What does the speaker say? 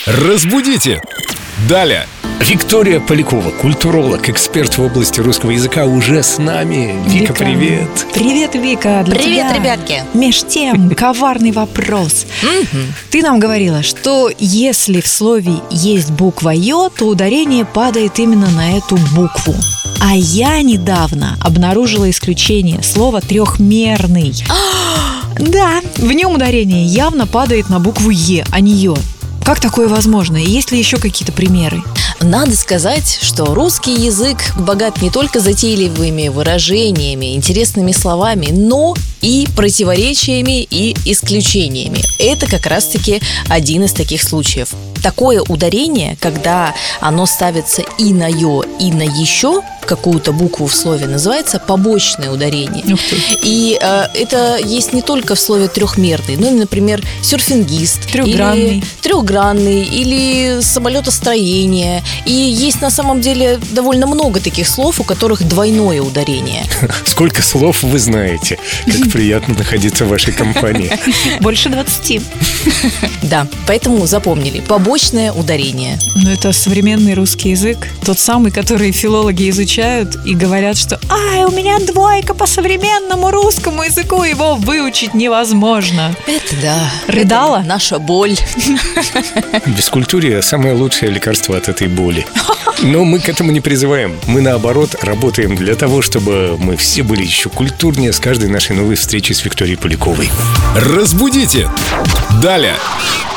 Разбудите! Далее! Виктория Полякова, культуролог, эксперт в области русского языка, уже с нами. Вика, привет! Привет, Вика! Для Привет, тебя, ребятки! меж тем, коварный вопрос. Ты нам говорила, что если в слове есть буква «ё», то ударение падает именно на эту букву. А я недавно обнаружила исключение слова «трехмерный». Да, в нем ударение явно падает на букву «е», а не «ё». Как такое возможно? И есть ли еще какие-то примеры? Надо сказать, что русский язык богат не только затейливыми выражениями, интересными словами, но и противоречиями и исключениями. Это как раз-таки один из таких случаев. Такое ударение, когда оно ставится и на «ё», и на «еще», какую-то букву в слове, называется побочное ударение. И это есть не только в слове трехмерный, но и, например, серфингист, трехгранный или самолетостроение. И есть на самом деле довольно много таких слов, у которых двойное ударение. Сколько слов вы знаете? Как приятно находиться в вашей компании. Больше 20. Да, поэтому запомнили. Побочное ударение. Но это современный русский язык, тот самый, который филологи изучают и говорят, что «Ай, у меня 2 по современному русскому языку, его выучить невозможно». Это да. Рыдала? Это наша боль. Бескультурье – самое лучшее лекарство от этой боли. Но мы к этому не призываем. Мы, наоборот, работаем для того, чтобы мы все были еще культурнее с каждой нашей новой встречей с Викторией Поляковой. Разбудите! Далее!